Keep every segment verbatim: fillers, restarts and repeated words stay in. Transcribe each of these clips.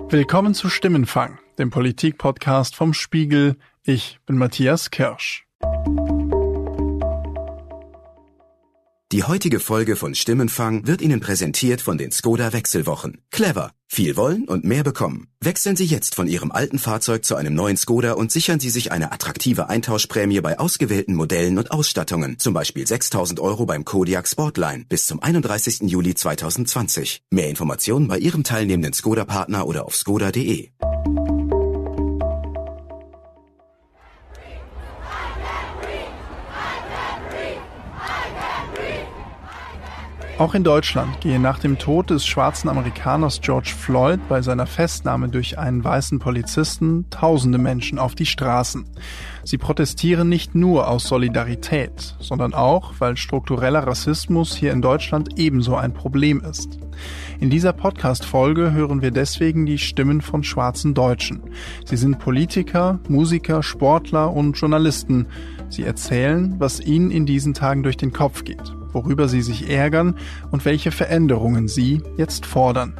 Willkommen zu Stimmenfang, dem Politik-Podcast vom Spiegel. Ich bin Matthias Kirsch. Die heutige Folge von Stimmenfang wird Ihnen präsentiert von den Skoda Wechselwochen. Clever. Viel wollen und mehr bekommen. Wechseln Sie jetzt von Ihrem alten Fahrzeug zu einem neuen Skoda und sichern Sie sich eine attraktive Eintauschprämie bei ausgewählten Modellen und Ausstattungen. Zum Beispiel sechstausend Euro beim Kodiaq Sportline bis zum einunddreißigsten Juli zweitausendzwanzig. Mehr Informationen bei Ihrem teilnehmenden Skoda-Partner oder auf skoda punkt de. Auch in Deutschland gehen nach dem Tod des schwarzen Amerikaners George Floyd bei seiner Festnahme durch einen weißen Polizisten tausende Menschen auf die Straßen. Sie protestieren nicht nur aus Solidarität, sondern auch, weil struktureller Rassismus hier in Deutschland ebenso ein Problem ist. In dieser Podcast-Folge hören wir deswegen die Stimmen von schwarzen Deutschen. Sie sind Politiker, Musiker, Sportler und Journalisten. Sie erzählen, was ihnen in diesen Tagen durch den Kopf geht, worüber sie sich ärgern und welche Veränderungen sie jetzt fordern.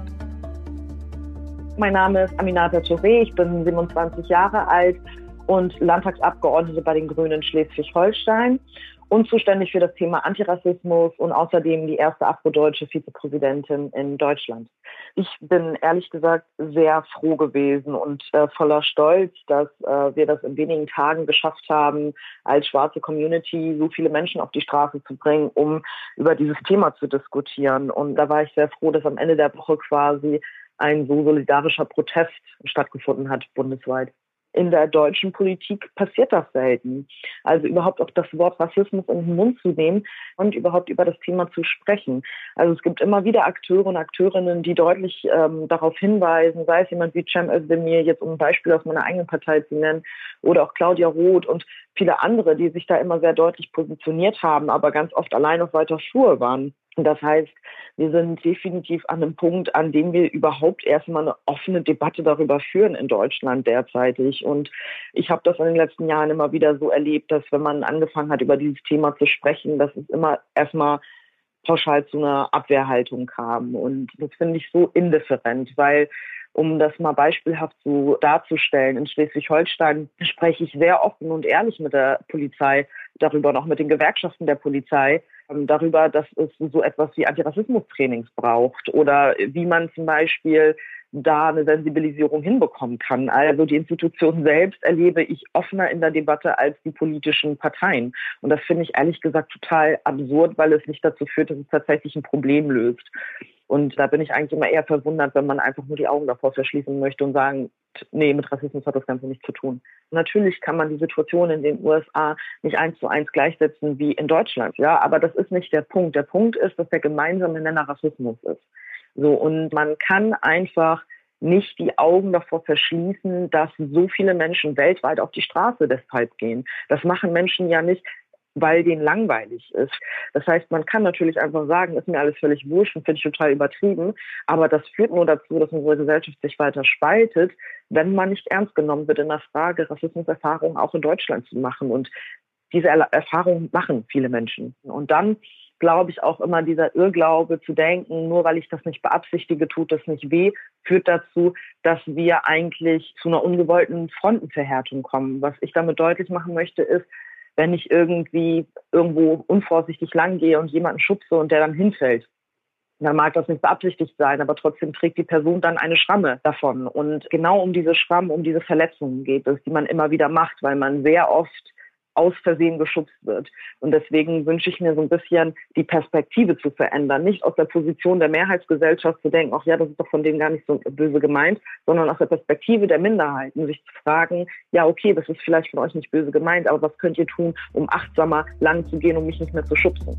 Mein Name ist Aminata Touré, ich bin siebenundzwanzig Jahre alt und Landtagsabgeordnete bei den Grünen Schleswig-Holstein und zuständig für das Thema Antirassismus und außerdem die erste afrodeutsche Vizepräsidentin in Deutschland. Ich bin ehrlich gesagt sehr froh gewesen und äh, voller Stolz, dass äh, wir das in wenigen Tagen geschafft haben, als schwarze Community so viele Menschen auf die Straße zu bringen, um über dieses Thema zu diskutieren. Und da war ich sehr froh, dass am Ende der Woche quasi ein so solidarischer Protest stattgefunden hat bundesweit. In der deutschen Politik passiert das selten. Also überhaupt auch das Wort Rassismus in den Mund zu nehmen und überhaupt über das Thema zu sprechen. Also es gibt immer wieder Akteure und Akteurinnen, die deutlich ähm, darauf hinweisen, sei es jemand wie Cem Özdemir, jetzt um ein Beispiel aus meiner eigenen Partei zu nennen, oder auch Claudia Roth und viele andere, die sich da immer sehr deutlich positioniert haben, aber ganz oft allein auf weiter Flur waren. Das heißt, wir sind definitiv an einem Punkt, an dem wir überhaupt erstmal eine offene Debatte darüber führen in Deutschland derzeitig. Und ich habe das in den letzten Jahren immer wieder so erlebt, dass wenn man angefangen hat, über dieses Thema zu sprechen, dass es immer erstmal pauschal zu einer Abwehrhaltung kam. Und das finde ich so indifferent, weil, um das mal beispielhaft so darzustellen, in Schleswig-Holstein spreche ich sehr offen und ehrlich mit der Polizei darüber, noch mit den Gewerkschaften der Polizei, darüber, dass es so etwas wie Antirassismus-Trainings braucht oder wie man zum Beispiel da eine Sensibilisierung hinbekommen kann. Also die Institution selbst erlebe ich offener in der Debatte als die politischen Parteien. Und das finde ich ehrlich gesagt total absurd, weil es nicht dazu führt, dass es tatsächlich ein Problem löst. Und da bin ich eigentlich immer eher verwundert, wenn man einfach nur die Augen davor verschließen möchte und sagen, nee, mit Rassismus hat das Ganze nichts zu tun. Natürlich kann man die Situation in den U S A nicht eins zu eins gleichsetzen wie in Deutschland, ja, aber das ist nicht der Punkt. Der Punkt ist, dass der gemeinsame Nenner Rassismus ist. So, und man kann einfach nicht die Augen davor verschließen, dass so viele Menschen weltweit auf die Straße deshalb gehen. Das machen Menschen ja nicht, weil denen langweilig ist. Das heißt, man kann natürlich einfach sagen, ist mir alles völlig wurscht und finde ich total übertrieben, aber das führt nur dazu, dass unsere Gesellschaft sich weiter spaltet, wenn man nicht ernst genommen wird in der Frage, Rassismuserfahrungen auch in Deutschland zu machen. Und diese Erfahrungen machen viele Menschen. Und dann glaube ich auch immer, dieser Irrglaube zu denken, nur weil ich das nicht beabsichtige, tut das nicht weh, führt dazu, dass wir eigentlich zu einer ungewollten Frontenverhärtung kommen. Was ich damit deutlich machen möchte, ist, wenn ich irgendwie irgendwo unvorsichtig lang gehe und jemanden schubse und der dann hinfällt, dann mag das nicht beabsichtigt sein, aber trotzdem trägt die Person dann eine Schramme davon. Und genau um diese Schrammen, um diese Verletzungen geht es, die man immer wieder macht, weil man sehr oft aus Versehen geschubst wird. Und deswegen wünsche ich mir so ein bisschen, die Perspektive zu verändern. Nicht aus der Position der Mehrheitsgesellschaft zu denken, ach ja, das ist doch von denen gar nicht so böse gemeint, sondern aus der Perspektive der Minderheiten, sich zu fragen, ja, okay, das ist vielleicht von euch nicht böse gemeint, aber was könnt ihr tun, um achtsamer lang zu gehen, um mich nicht mehr zu schubsen?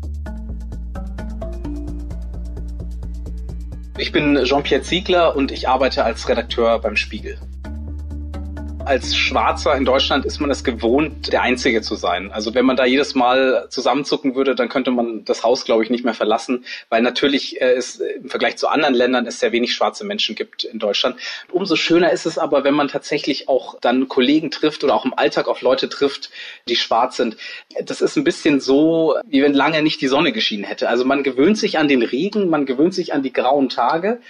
Ich bin Jean-Pierre Ziegler und ich arbeite als Redakteur beim Spiegel. Als Schwarzer in Deutschland ist man es gewohnt, der Einzige zu sein. Also wenn man da jedes Mal zusammenzucken würde, dann könnte man das Haus, glaube ich, nicht mehr verlassen, weil natürlich äh, es im Vergleich zu anderen Ländern es sehr wenig schwarze Menschen gibt in Deutschland. Umso schöner ist es aber, wenn man tatsächlich auch dann Kollegen trifft oder auch im Alltag auf Leute trifft, die schwarz sind. Das ist ein bisschen so, wie wenn lange nicht die Sonne geschienen hätte. Also man gewöhnt sich an den Regen, man gewöhnt sich an die grauen Tage.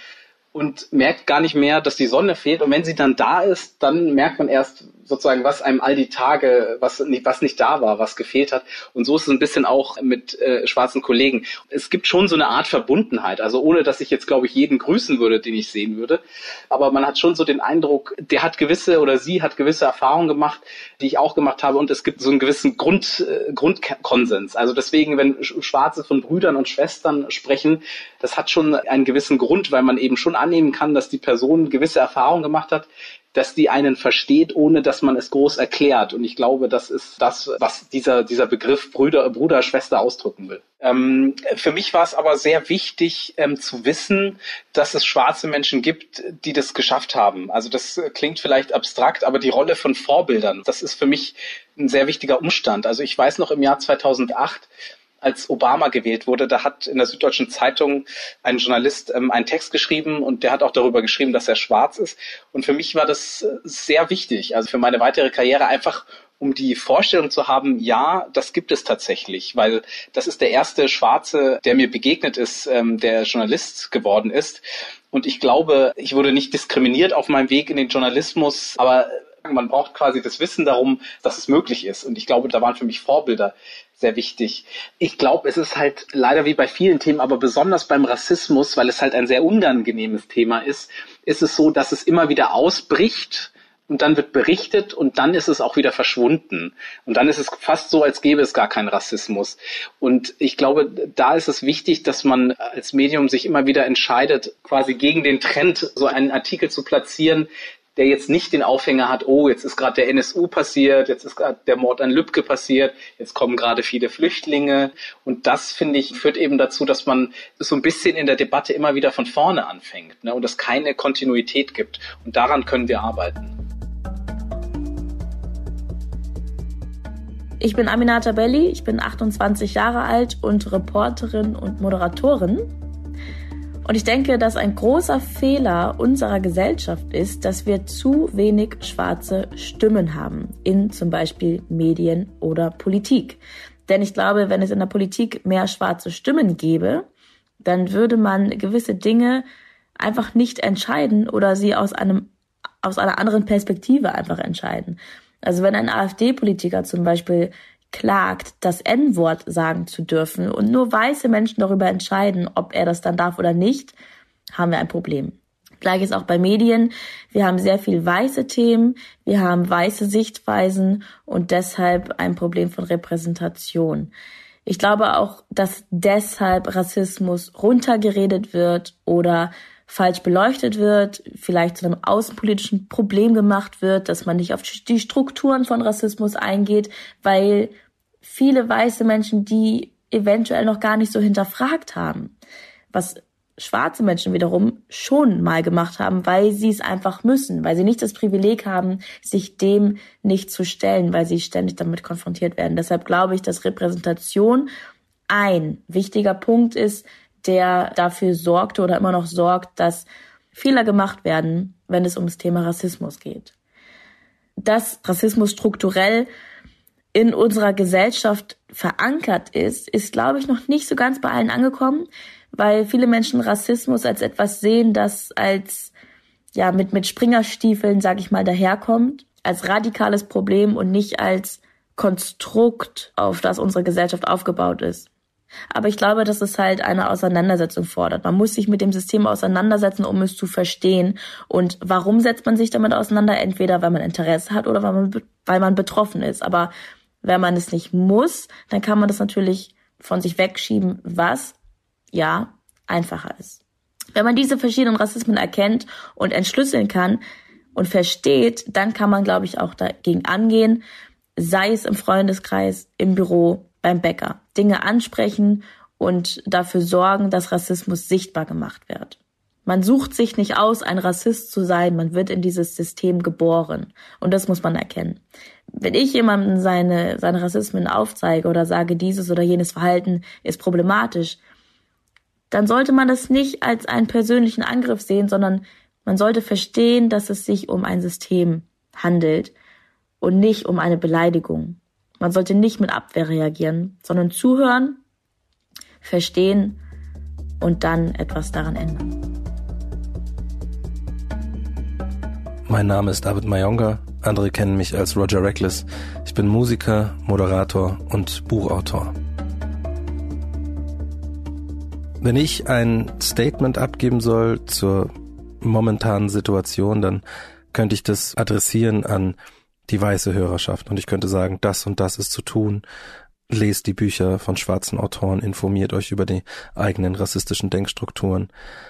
und merkt gar nicht mehr, dass die Sonne fehlt. Und wenn sie dann da ist, dann merkt man erst sozusagen, was einem all die Tage, was nicht, was nicht da war, was gefehlt hat. Und so ist es ein bisschen auch mit äh, schwarzen Kollegen. Es gibt schon so eine Art Verbundenheit, also ohne, dass ich jetzt, glaube ich, jeden grüßen würde, den ich sehen würde. Aber man hat schon so den Eindruck, der hat gewisse oder sie hat gewisse Erfahrungen gemacht, die ich auch gemacht habe. Und es gibt so einen gewissen Grund, äh, Grundkonsens. Also deswegen, wenn Schwarze von Brüdern und Schwestern sprechen, das hat schon einen gewissen Grund, weil man eben schon annehmen kann, dass die Person gewisse Erfahrungen gemacht hat, dass die einen versteht, ohne dass man es groß erklärt. Und ich glaube, das ist das, was dieser dieser Begriff Brüder, Bruder, Schwester ausdrücken will. Ähm, für mich war es aber sehr wichtig ähm, zu wissen, dass es schwarze Menschen gibt, die das geschafft haben. Also das klingt vielleicht abstrakt, aber die Rolle von Vorbildern, das ist für mich ein sehr wichtiger Umstand. Also ich weiß noch im Jahr zweitausendacht, als Obama gewählt wurde, da hat in der Süddeutschen Zeitung ein Journalist ähm, einen Text geschrieben und der hat auch darüber geschrieben, dass er schwarz ist. Und für mich war das sehr wichtig, also für meine weitere Karriere einfach, um die Vorstellung zu haben, ja, das gibt es tatsächlich, weil das ist der erste Schwarze, der mir begegnet ist, ähm, der Journalist geworden ist. Und ich glaube, ich wurde nicht diskriminiert auf meinem Weg in den Journalismus, aber man braucht quasi das Wissen darum, dass es möglich ist. Und ich glaube, da waren für mich Vorbilder sehr wichtig. Ich glaube, es ist halt leider wie bei vielen Themen, aber besonders beim Rassismus, weil es halt ein sehr unangenehmes Thema ist, ist es so, dass es immer wieder ausbricht und dann wird berichtet und dann ist es auch wieder verschwunden. Und dann ist es fast so, als gäbe es gar keinen Rassismus. Und ich glaube, da ist es wichtig, dass man als Medium sich immer wieder entscheidet, quasi gegen den Trend so einen Artikel zu platzieren, der jetzt nicht den Aufhänger hat, oh, jetzt ist gerade der N S U passiert, jetzt ist gerade der Mord an Lübcke passiert, jetzt kommen gerade viele Flüchtlinge. Und das, finde ich, führt eben dazu, dass man so ein bisschen in der Debatte immer wieder von vorne anfängt, ne, und es keine Kontinuität gibt. Und daran können wir arbeiten. Ich bin Aminata Belli, ich bin achtundzwanzig Jahre alt und Reporterin und Moderatorin. Und ich denke, dass ein großer Fehler unserer Gesellschaft ist, dass wir zu wenig schwarze Stimmen haben in zum Beispiel Medien oder Politik. Denn ich glaube, wenn es in der Politik mehr schwarze Stimmen gäbe, dann würde man gewisse Dinge einfach nicht entscheiden oder sie aus einem aus einer anderen Perspektive einfach entscheiden. Also wenn ein AfD-Politiker zum Beispiel klagt, das En-Wort sagen zu dürfen und nur weiße Menschen darüber entscheiden, ob er das dann darf oder nicht, haben wir ein Problem. Gleiches auch bei Medien. Wir haben sehr viel weiße Themen, wir haben weiße Sichtweisen und deshalb ein Problem von Repräsentation. Ich glaube auch, dass deshalb Rassismus runtergeredet wird oder falsch beleuchtet wird, vielleicht zu einem außenpolitischen Problem gemacht wird, dass man nicht auf die Strukturen von Rassismus eingeht, weil viele weiße Menschen die eventuell noch gar nicht so hinterfragt haben, was schwarze Menschen wiederum schon mal gemacht haben, weil sie es einfach müssen, weil sie nicht das Privileg haben, sich dem nicht zu stellen, weil sie ständig damit konfrontiert werden. Deshalb glaube ich, dass Repräsentation ein wichtiger Punkt ist, der dafür sorgte oder immer noch sorgt, dass Fehler gemacht werden, wenn es ums Thema Rassismus geht. Dass Rassismus strukturell in unserer Gesellschaft verankert ist, ist, glaube ich, noch nicht so ganz bei allen angekommen, weil viele Menschen Rassismus als etwas sehen, das als ja mit mit Springerstiefeln, sage ich mal, daherkommt, als radikales Problem und nicht als Konstrukt, auf das unsere Gesellschaft aufgebaut ist. Aber ich glaube, dass es halt eine Auseinandersetzung fordert. Man muss sich mit dem System auseinandersetzen, um es zu verstehen. Und warum setzt man sich damit auseinander? Entweder weil man Interesse hat oder weil man, weil man betroffen ist. Aber wenn man es nicht muss, dann kann man das natürlich von sich wegschieben, was, ja, einfacher ist. Wenn man diese verschiedenen Rassismen erkennt und entschlüsseln kann und versteht, dann kann man, glaube ich, auch dagegen angehen, sei es im Freundeskreis, im Büro, beim Bäcker. Dinge ansprechen und dafür sorgen, dass Rassismus sichtbar gemacht wird. Man sucht sich nicht aus, ein Rassist zu sein, man wird in dieses System geboren. Und das muss man erkennen. Wenn ich jemandem seine, seine Rassismen aufzeige oder sage, dieses oder jenes Verhalten ist problematisch, dann sollte man das nicht als einen persönlichen Angriff sehen, sondern man sollte verstehen, dass es sich um ein System handelt und nicht um eine Beleidigung. Man sollte nicht mit Abwehr reagieren, sondern zuhören, verstehen und dann etwas daran ändern. Mein Name ist David Mayonga, andere kennen mich als Roger Reckless. Ich bin Musiker, Moderator und Buchautor. Wenn ich ein Statement abgeben soll zur momentanen Situation, dann könnte ich das adressieren an die weiße Hörerschaft und ich könnte sagen, das und das ist zu tun. Lest die Bücher von schwarzen Autoren, informiert euch über die eigenen rassistischen Denkstrukturen.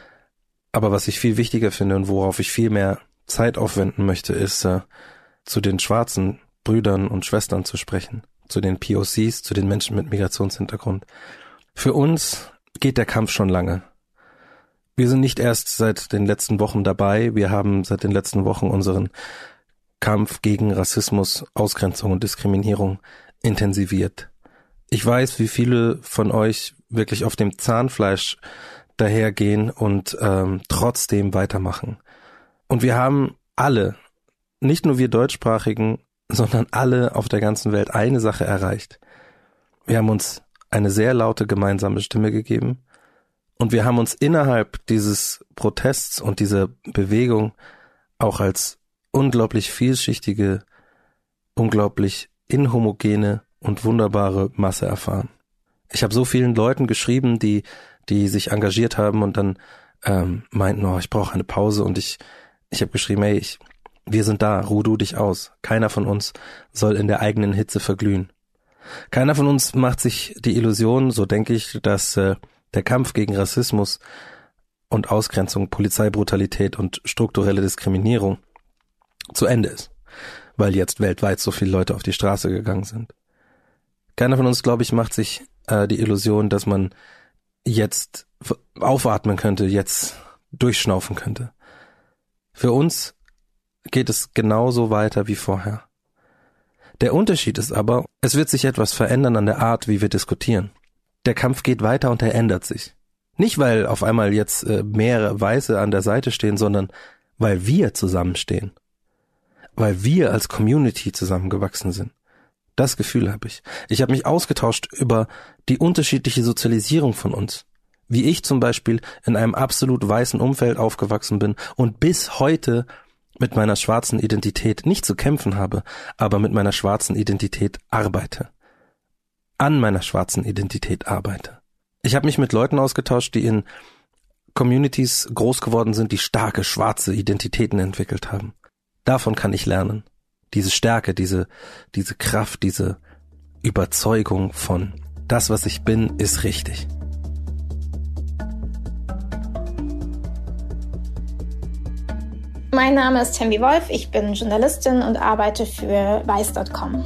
Aber was ich viel wichtiger finde und worauf ich viel mehr Zeit aufwenden möchte, ist, äh, zu den schwarzen Brüdern und Schwestern zu sprechen, zu den P O Cs, zu den Menschen mit Migrationshintergrund. Für uns geht der Kampf schon lange. Wir sind nicht erst seit den letzten Wochen dabei, wir haben seit den letzten Wochen unseren Kampf gegen Rassismus, Ausgrenzung und Diskriminierung intensiviert. Ich weiß, wie viele von euch wirklich auf dem Zahnfleisch dahergehen und ähm, trotzdem weitermachen. Und wir haben alle, nicht nur wir Deutschsprachigen, sondern alle auf der ganzen Welt eine Sache erreicht. Wir haben uns eine sehr laute gemeinsame Stimme gegeben und wir haben uns innerhalb dieses Protests und dieser Bewegung auch als unglaublich vielschichtige, unglaublich inhomogene und wunderbare Masse erfahren. Ich habe so vielen Leuten geschrieben, die die sich engagiert haben und dann ähm, meinten, oh, ich brauche eine Pause und ich ich habe geschrieben, hey, ich, wir sind da, ruh du dich aus. Keiner von uns soll in der eigenen Hitze verglühen. Keiner von uns macht sich die Illusion, so denke ich, dass äh, der Kampf gegen Rassismus und Ausgrenzung, Polizeibrutalität und strukturelle Diskriminierung zu Ende ist, weil jetzt weltweit so viele Leute auf die Straße gegangen sind. Keiner von uns, glaube ich, macht sich äh, die Illusion, dass man jetzt aufatmen könnte, jetzt durchschnaufen könnte. Für uns geht es genauso weiter wie vorher. Der Unterschied ist aber, es wird sich etwas verändern an der Art, wie wir diskutieren. Der Kampf geht weiter und er ändert sich. Nicht, weil auf einmal jetzt äh, mehrere Weiße an der Seite stehen, sondern weil wir zusammenstehen. Weil wir als Community zusammengewachsen sind. Das Gefühl habe ich. Ich habe mich ausgetauscht über die unterschiedliche Sozialisierung von uns. Wie ich zum Beispiel in einem absolut weißen Umfeld aufgewachsen bin und bis heute mit meiner schwarzen Identität nicht zu kämpfen habe, aber mit meiner schwarzen Identität arbeite. An meiner schwarzen Identität arbeite. Ich habe mich mit Leuten ausgetauscht, die in Communities groß geworden sind, die starke schwarze Identitäten entwickelt haben. Davon kann ich lernen. Diese Stärke, diese, diese Kraft, diese Überzeugung von das, was ich bin, ist richtig. Mein Name ist Tammy Wolf, ich bin Journalistin und arbeite für weiß Punkt com.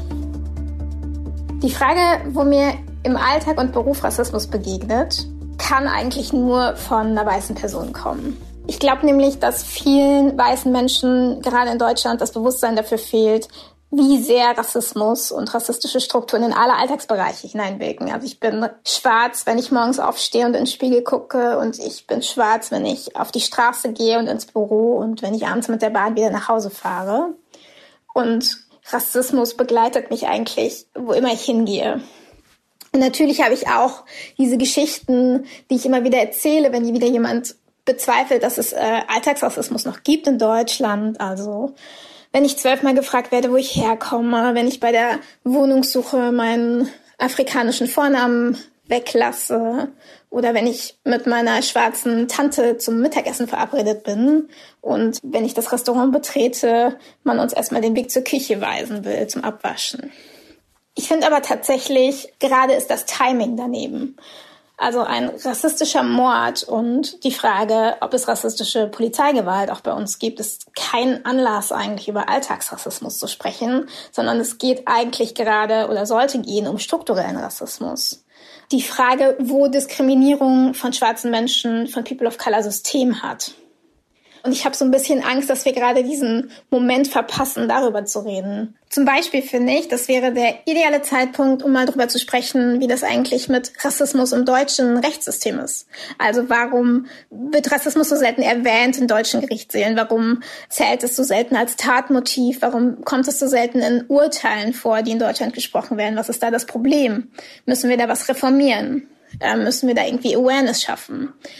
Die Frage, wo mir im Alltag und Beruf Rassismus begegnet, kann eigentlich nur von einer weißen Person kommen. Ich glaube nämlich, dass vielen weißen Menschen, gerade in Deutschland, das Bewusstsein dafür fehlt, wie sehr Rassismus und rassistische Strukturen in alle Alltagsbereiche hineinwirken. Also ich bin schwarz, wenn ich morgens aufstehe und in den Spiegel gucke, und ich bin schwarz, wenn ich auf die Straße gehe und ins Büro und wenn ich abends mit der Bahn wieder nach Hause fahre. Und Rassismus begleitet mich eigentlich, wo immer ich hingehe. Und natürlich habe ich auch diese Geschichten, die ich immer wieder erzähle, wenn wieder jemand bezweifelt, dass es äh, Alltagsrassismus noch gibt in Deutschland. Also wenn ich zwölfmal gefragt werde, wo ich herkomme, wenn ich bei der Wohnungssuche meinen afrikanischen Vornamen weglasse oder wenn ich mit meiner schwarzen Tante zum Mittagessen verabredet bin und wenn ich das Restaurant betrete, man uns erstmal den Weg zur Küche weisen will zum Abwaschen. Ich finde aber tatsächlich, gerade ist das Timing daneben. Also ein rassistischer Mord und die Frage, ob es rassistische Polizeigewalt auch bei uns gibt, ist kein Anlass eigentlich über Alltagsrassismus zu sprechen, sondern es geht eigentlich gerade oder sollte gehen um strukturellen Rassismus. Die Frage, wo Diskriminierung von schwarzen Menschen, von People of Color System hat. Und ich habe so ein bisschen Angst, dass wir gerade diesen Moment verpassen, darüber zu reden. Zum Beispiel finde ich, das wäre der ideale Zeitpunkt, um mal darüber zu sprechen, wie das eigentlich mit Rassismus im deutschen Rechtssystem ist. Also warum wird Rassismus so selten erwähnt in deutschen Gerichtssälen? Warum zählt es so selten als Tatmotiv? Warum kommt es so selten in Urteilen vor, die in Deutschland gesprochen werden? Was ist da das Problem? Müssen wir da was reformieren? Äh, müssen wir da irgendwie Awareness schaffen?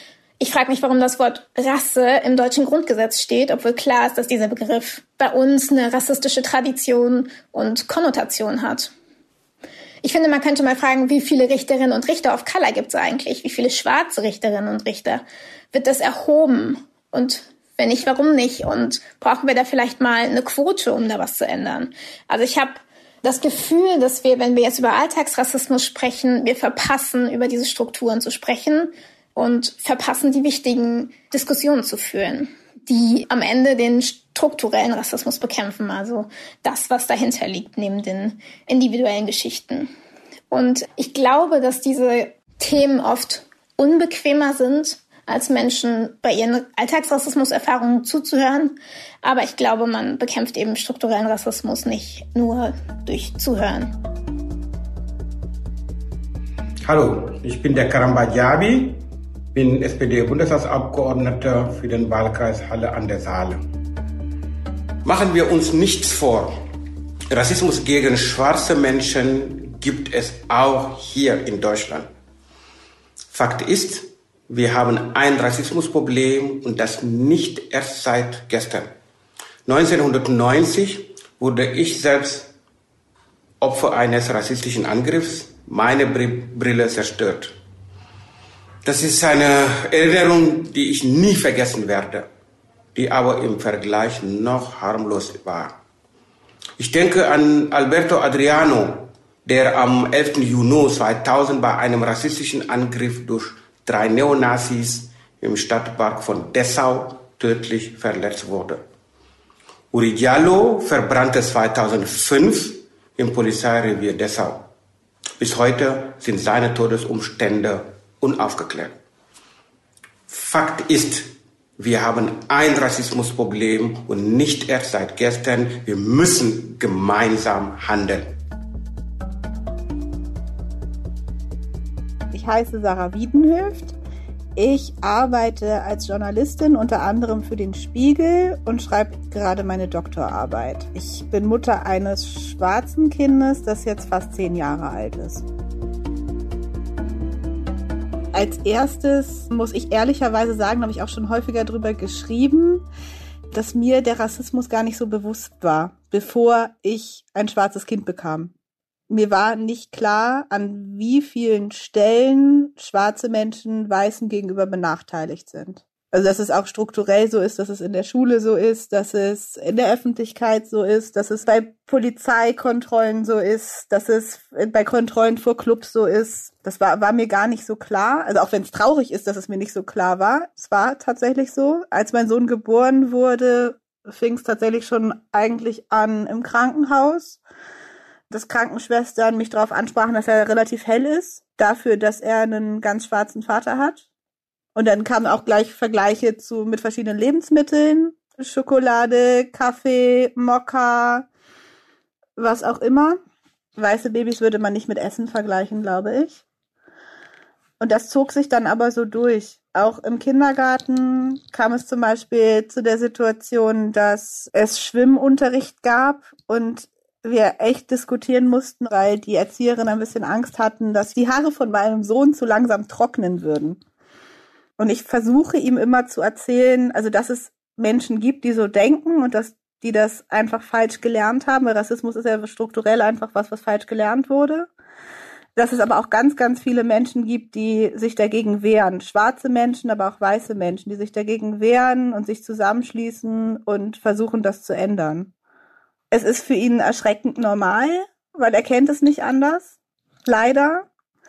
Ich frage mich, warum das Wort Rasse im deutschen Grundgesetz steht, obwohl klar ist, dass dieser Begriff bei uns eine rassistische Tradition und Konnotation hat. Ich finde, man könnte mal fragen, wie viele Richterinnen und Richter of Color gibt es eigentlich? Wie viele schwarze Richterinnen und Richter? Wird das erhoben? Und wenn nicht, warum nicht? Und brauchen wir da vielleicht mal eine Quote, um da was zu ändern? Also ich habe das Gefühl, dass wir, wenn wir jetzt über Alltagsrassismus sprechen, wir verpassen, über diese Strukturen zu sprechen und verpassen, die wichtigen Diskussionen zu führen, die am Ende den strukturellen Rassismus bekämpfen, also das, was dahinter liegt, neben den individuellen Geschichten. Und ich glaube, dass diese Themen oft unbequemer sind, als Menschen bei ihren Alltagsrassismus-Erfahrungen zuzuhören. Aber ich glaube, man bekämpft eben strukturellen Rassismus nicht nur durch Zuhören. Hallo, ich bin der Karamba Diaby, bin S P D-Bundestagsabgeordneter für den Wahlkreis Halle an der Saale. Machen wir uns nichts vor. Rassismus gegen schwarze Menschen gibt es auch hier in Deutschland. Fakt ist, wir haben ein Rassismusproblem und das nicht erst seit gestern. neunzehnhundertneunzig wurde ich selbst Opfer eines rassistischen Angriffs, meine Brille zerstört. Das ist eine Erinnerung, die ich nie vergessen werde, die aber im Vergleich noch harmlos war. Ich denke an Alberto Adriano, der am elften Juni zweitausend bei einem rassistischen Angriff durch drei Neonazis im Stadtpark von Dessau tödlich verletzt wurde. Uri Diallo verbrannte zweitausendfünf im Polizeirevier Dessau. Bis heute sind seine Todesumstände unaufgeklärt. Fakt ist, wir haben ein Rassismusproblem und nicht erst seit gestern. Wir müssen gemeinsam handeln. Ich heiße Sarah Wiedenhöft. Ich arbeite als Journalistin unter anderem für den Spiegel und schreibe gerade meine Doktorarbeit. Ich bin Mutter eines schwarzen Kindes, das jetzt fast zehn Jahre alt ist. Als erstes muss ich ehrlicherweise sagen, da habe ich auch schon häufiger drüber geschrieben, dass mir der Rassismus gar nicht so bewusst war, bevor ich ein schwarzes Kind bekam. Mir war nicht klar, an wie vielen Stellen schwarze Menschen Weißen gegenüber benachteiligt sind. Also dass es auch strukturell so ist, dass es in der Schule so ist, dass es in der Öffentlichkeit so ist, dass es bei Polizeikontrollen so ist, dass es bei Kontrollen vor Clubs so ist. Das war, war mir gar nicht so klar. Also auch wenn es traurig ist, dass es mir nicht so klar war. Es war tatsächlich so. Als mein Sohn geboren wurde, fing es tatsächlich schon eigentlich an im Krankenhaus, dass Krankenschwestern mich darauf ansprachen, dass er relativ hell ist, dafür, dass er einen ganz schwarzen Vater hat. Und dann kamen auch gleich Vergleiche zu mit verschiedenen Lebensmitteln, Schokolade, Kaffee, Mokka, was auch immer. Weiße Babys würde man nicht mit Essen vergleichen, glaube ich. Und das zog sich dann aber so durch. Auch im Kindergarten kam es zum Beispiel zu der Situation, dass es Schwimmunterricht gab und wir echt diskutieren mussten, weil die Erzieherinnen ein bisschen Angst hatten, dass die Haare von meinem Sohn zu langsam trocknen würden. Und ich versuche ihm immer zu erzählen, also dass es Menschen gibt, die so denken und dass die das einfach falsch gelernt haben, weil Rassismus ist ja strukturell einfach was, was falsch gelernt wurde. Dass es aber auch ganz, ganz viele Menschen gibt, die sich dagegen wehren. Schwarze Menschen, aber auch weiße Menschen, die sich dagegen wehren und sich zusammenschließen und versuchen, das zu ändern. Es ist für ihn erschreckend normal, weil er kennt es nicht anders. Leider.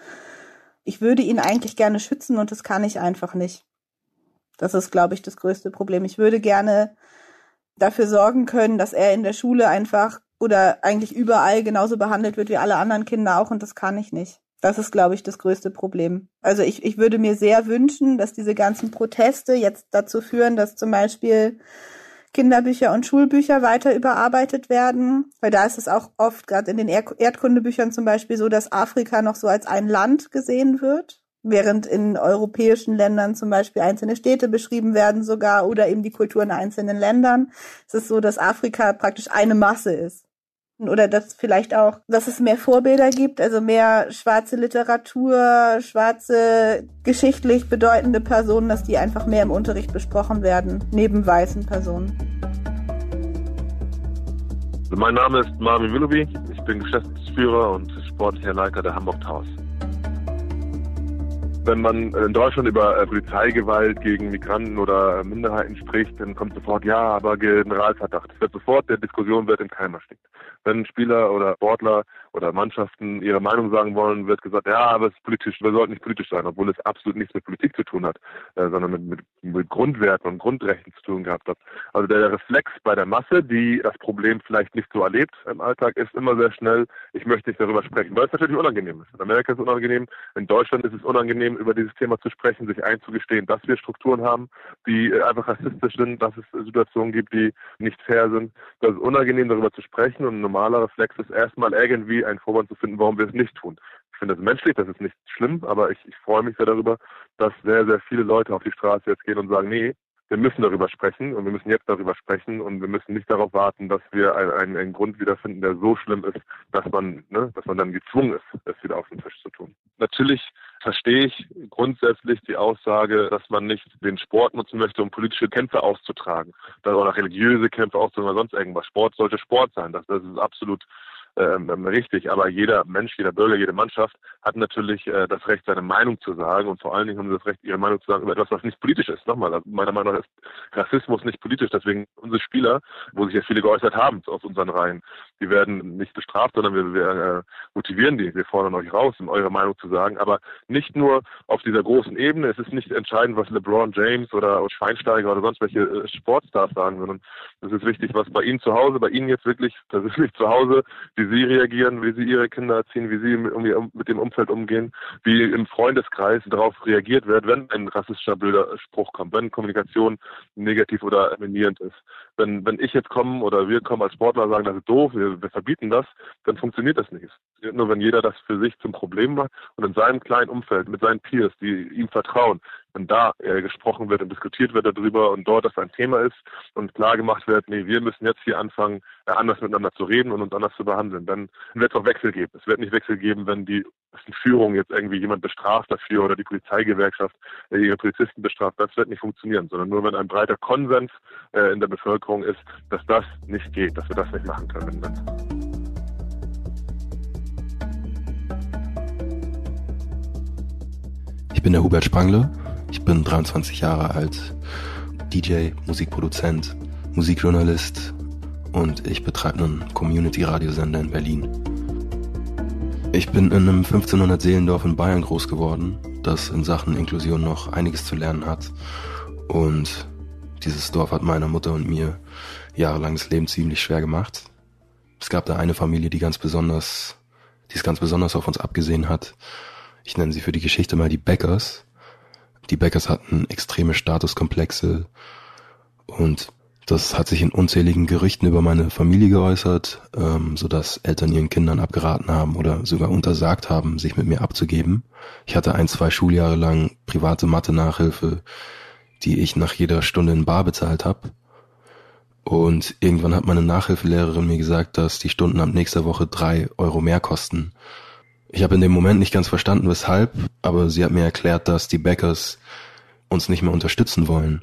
Ich würde ihn eigentlich gerne schützen und das kann ich einfach nicht. Das ist, glaube ich, das größte Problem. Ich würde gerne dafür sorgen können, dass er in der Schule einfach oder eigentlich überall genauso behandelt wird wie alle anderen Kinder auch und das kann ich nicht. Das ist, glaube ich, das größte Problem. Also ich, ich würde mir sehr wünschen, dass diese ganzen Proteste jetzt dazu führen, dass zum Beispiel Kinderbücher und Schulbücher weiter überarbeitet werden, weil da ist es auch oft, gerade in den Erdkundebüchern zum Beispiel so, dass Afrika noch so als ein Land gesehen wird, während in europäischen Ländern zum Beispiel einzelne Städte beschrieben werden sogar oder eben die Kultur in einzelnen Ländern. Es ist so, dass Afrika praktisch eine Masse ist. Oder dass vielleicht auch, dass es mehr Vorbilder gibt, also mehr schwarze Literatur, schwarze geschichtlich bedeutende Personen, dass die einfach mehr im Unterricht besprochen werden, neben weißen Personen. Mein Name ist Marvin Willoughby, ich bin Geschäftsführer und sportlicher Leiter der Hamburg Towers. Wenn man in Deutschland über äh, Polizeigewalt gegen Migranten oder Minderheiten spricht, dann kommt sofort, ja, aber Generalverdacht. Es wird sofort, der Diskussion wird im Keim erstickt. Wenn Spieler oder Sportler oder Mannschaften ihre Meinung sagen wollen, wird gesagt, ja, aber es ist politisch, wir sollten nicht politisch sein, obwohl es absolut nichts mit Politik zu tun hat, äh, sondern mit, mit, mit Grundwerten und Grundrechten zu tun gehabt hat. Also der Reflex bei der Masse, die das Problem vielleicht nicht so erlebt im Alltag, ist immer sehr schnell, ich möchte nicht darüber sprechen, weil es natürlich unangenehm ist. In Amerika ist es unangenehm, in Deutschland ist es unangenehm, über dieses Thema zu sprechen, sich einzugestehen, dass wir Strukturen haben, die einfach rassistisch sind, dass es Situationen gibt, die nicht fair sind. Das ist unangenehm, darüber zu sprechen, und ein normaler Reflex ist erstmal irgendwie einen Vorwand zu finden, warum wir es nicht tun. Ich finde das menschlich, das ist nicht schlimm, aber ich, ich freue mich sehr darüber, dass sehr, sehr viele Leute auf die Straße jetzt gehen und sagen, nee, wir müssen darüber sprechen und wir müssen jetzt darüber sprechen und wir müssen nicht darauf warten, dass wir einen, einen Grund wiederfinden, der so schlimm ist, dass man, ne, dass man dann gezwungen ist, es wieder auf den Tisch zu tun. Natürlich verstehe ich grundsätzlich die Aussage, dass man nicht den Sport nutzen möchte, um politische Kämpfe auszutragen, oder religiöse Kämpfe auszutragen oder sonst irgendwas. Sport sollte Sport sein, das, das ist absolut Ähm, richtig, aber jeder Mensch, jeder Bürger, jede Mannschaft hat natürlich äh, das Recht, seine Meinung zu sagen, und vor allen Dingen haben sie das Recht, ihre Meinung zu sagen über etwas, was nicht politisch ist. Nochmal, also meiner Meinung nach ist Rassismus nicht politisch, deswegen unsere Spieler, wo sich ja viele geäußert haben aus unseren Reihen, die werden nicht bestraft, sondern wir, wir äh, motivieren die, wir fordern euch raus, um eure Meinung zu sagen, aber nicht nur auf dieser großen Ebene. Es ist nicht entscheidend, was LeBron James oder Schweinsteiger oder sonst welche äh, Sportstars sagen, sondern es ist wichtig, was bei ihnen zu Hause, bei ihnen jetzt wirklich persönlich zu Hause, die sie reagieren, wie sie ihre Kinder erziehen, wie sie mit, mit dem Umfeld umgehen, wie im Freundeskreis darauf reagiert wird, wenn ein rassistischer blöder Spruch kommt, wenn Kommunikation negativ oder eliminierend ist. Wenn, wenn ich jetzt komme oder wir kommen als Sportler und sagen, das ist doof, wir, wir verbieten das, dann funktioniert das nicht. Nur wenn jeder das für sich zum Problem macht und in seinem kleinen Umfeld mit seinen Peers, die ihm vertrauen, wenn da äh, gesprochen wird und diskutiert wird darüber und dort das ein Thema ist und klar gemacht wird, nee, wir müssen jetzt hier anfangen, äh, anders miteinander zu reden und uns anders zu behandeln, dann wird es auch Wechsel geben. Es wird nicht Wechsel geben, wenn die Führung jetzt irgendwie jemand bestraft dafür oder die Polizeigewerkschaft äh, ihre Polizisten bestraft. Das wird nicht funktionieren, sondern nur, wenn ein breiter Konsens äh, in der Bevölkerung ist, dass das nicht geht, dass wir das nicht machen können. Ich bin der Hubert Sprangle. Ich bin dreiundzwanzig Jahre alt, D J, Musikproduzent, Musikjournalist und ich betreibe einen Community-Radiosender in Berlin. Ich bin in einem fünfzehnhundert Seelendorf in Bayern groß geworden, das in Sachen Inklusion noch einiges zu lernen hat, und dieses Dorf hat meiner Mutter und mir jahrelang das Leben ziemlich schwer gemacht. Es gab da eine Familie, die ganz besonders, die es ganz besonders auf uns abgesehen hat. Ich nenne sie für die Geschichte mal die Beckers. Die Beckers hatten extreme Statuskomplexe und das hat sich in unzähligen Gerüchten über meine Familie geäußert, ähm, sodass Eltern ihren Kindern abgeraten haben oder sogar untersagt haben, sich mit mir abzugeben. Ich hatte ein, zwei Schuljahre lang private Mathe-Nachhilfe, die ich nach jeder Stunde in bar bezahlt habe. Und irgendwann hat meine Nachhilfelehrerin mir gesagt, dass die Stunden ab nächster Woche drei Euro mehr kosten. Ich habe in dem Moment nicht ganz verstanden, weshalb, aber sie hat mir erklärt, dass die Beckers uns nicht mehr unterstützen wollen.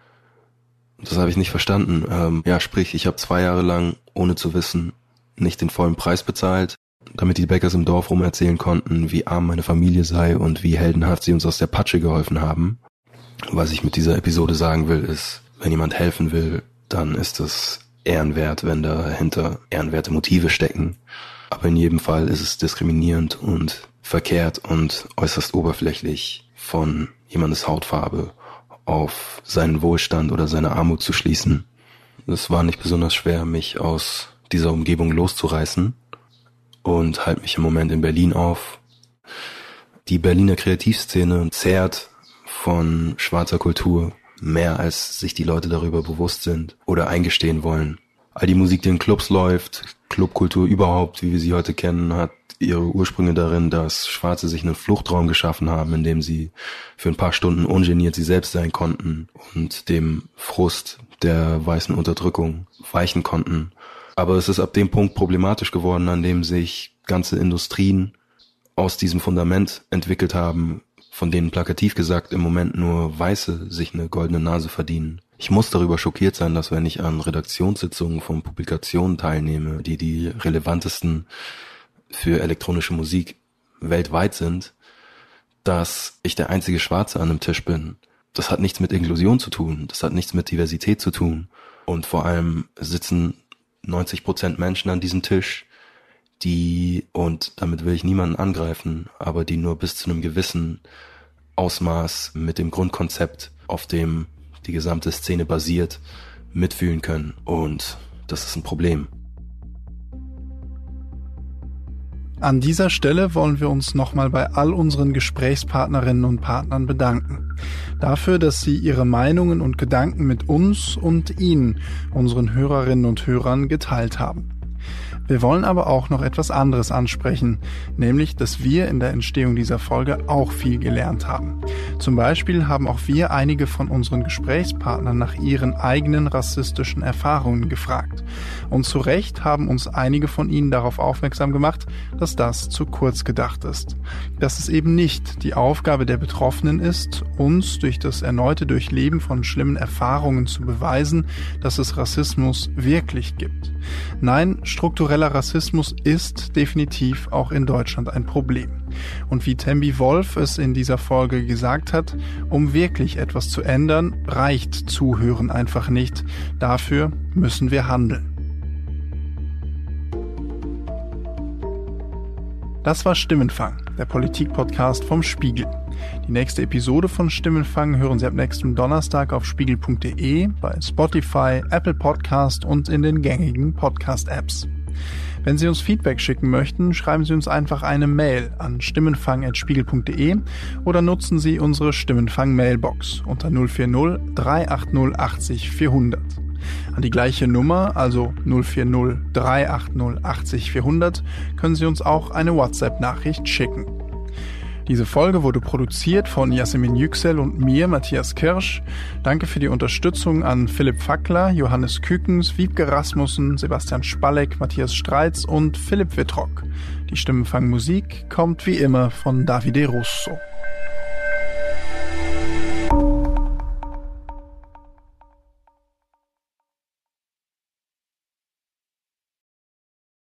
Das habe ich nicht verstanden. Ähm, ja, sprich, ich habe zwei Jahre lang, ohne zu wissen, nicht den vollen Preis bezahlt, damit die Beckers im Dorf rum erzählen konnten, wie arm meine Familie sei und wie heldenhaft sie uns aus der Patsche geholfen haben. Was ich mit dieser Episode sagen will, ist, wenn jemand helfen will, dann ist es ehrenwert, wenn dahinter ehrenwerte Motive stecken. Aber in jedem Fall ist es diskriminierend und verkehrt und äußerst oberflächlich, von jemandes Hautfarbe auf seinen Wohlstand oder seine Armut zu schließen. Es war nicht besonders schwer, mich aus dieser Umgebung loszureißen, und halte mich im Moment in Berlin auf. Die Berliner Kreativszene zehrt von schwarzer Kultur mehr, als sich die Leute darüber bewusst sind oder eingestehen wollen. All die Musik, die in Clubs läuft, Clubkultur überhaupt, wie wir sie heute kennen, hat ihre Ursprünge darin, dass Schwarze sich einen Fluchtraum geschaffen haben, in dem sie für ein paar Stunden ungeniert sie selbst sein konnten und dem Frust der weißen Unterdrückung weichen konnten. Aber es ist ab dem Punkt problematisch geworden, an dem sich ganze Industrien aus diesem Fundament entwickelt haben, von denen plakativ gesagt im Moment nur Weiße sich eine goldene Nase verdienen. Ich muss darüber schockiert sein, dass wenn ich an Redaktionssitzungen von Publikationen teilnehme, die die relevantesten für elektronische Musik weltweit sind, dass ich der einzige Schwarze an einem Tisch bin. Das hat nichts mit Inklusion zu tun, das hat nichts mit Diversität zu tun. Und vor allem sitzen neunzig Prozent Menschen an diesem Tisch, die, und damit will ich niemanden angreifen, aber die nur bis zu einem gewissen Ausmaß mit dem Grundkonzept, auf dem die gesamte Szene basiert, mitfühlen können. Und das ist ein Problem. An dieser Stelle wollen wir uns nochmal bei all unseren Gesprächspartnerinnen und Partnern bedanken. Dafür, dass sie ihre Meinungen und Gedanken mit uns und Ihnen, unseren Hörerinnen und Hörern, geteilt haben. Wir wollen aber auch noch etwas anderes ansprechen, nämlich, dass wir in der Entstehung dieser Folge auch viel gelernt haben. Zum Beispiel haben auch wir einige von unseren Gesprächspartnern nach ihren eigenen rassistischen Erfahrungen gefragt. Und zu Recht haben uns einige von ihnen darauf aufmerksam gemacht, dass das zu kurz gedacht ist. Dass es eben nicht die Aufgabe der Betroffenen ist, uns durch das erneute Durchleben von schlimmen Erfahrungen zu beweisen, dass es Rassismus wirklich gibt. Nein, struktureller Rassismus ist definitiv auch in Deutschland ein Problem. Und wie Tembi Wolf es in dieser Folge gesagt hat, um wirklich etwas zu ändern, reicht Zuhören einfach nicht. Dafür müssen wir handeln. Das war Stimmenfang, der Politik-Podcast vom Spiegel. Die nächste Episode von Stimmenfang hören Sie ab nächsten Donnerstag auf spiegel punkt de, bei Spotify, Apple Podcast und in den gängigen Podcast-Apps. Wenn Sie uns Feedback schicken möchten, schreiben Sie uns einfach eine Mail an stimmenfang at spiegel punkt de oder nutzen Sie unsere Stimmenfang-Mailbox unter null vier null drei acht null achtzig vierhundert. An die gleiche Nummer, also null vier null drei acht null achtzig vierhundert, können Sie uns auch eine WhatsApp-Nachricht schicken. Diese Folge wurde produziert von Yasemin Yüksel und mir, Matthias Kirsch. Danke für die Unterstützung an Philipp Fackler, Johannes Kükens, Wiebke Rasmussen, Sebastian Spalleck, Matthias Streitz und Philipp Wittrock. Die Stimmenfang-Musik kommt wie immer von Davide Russo.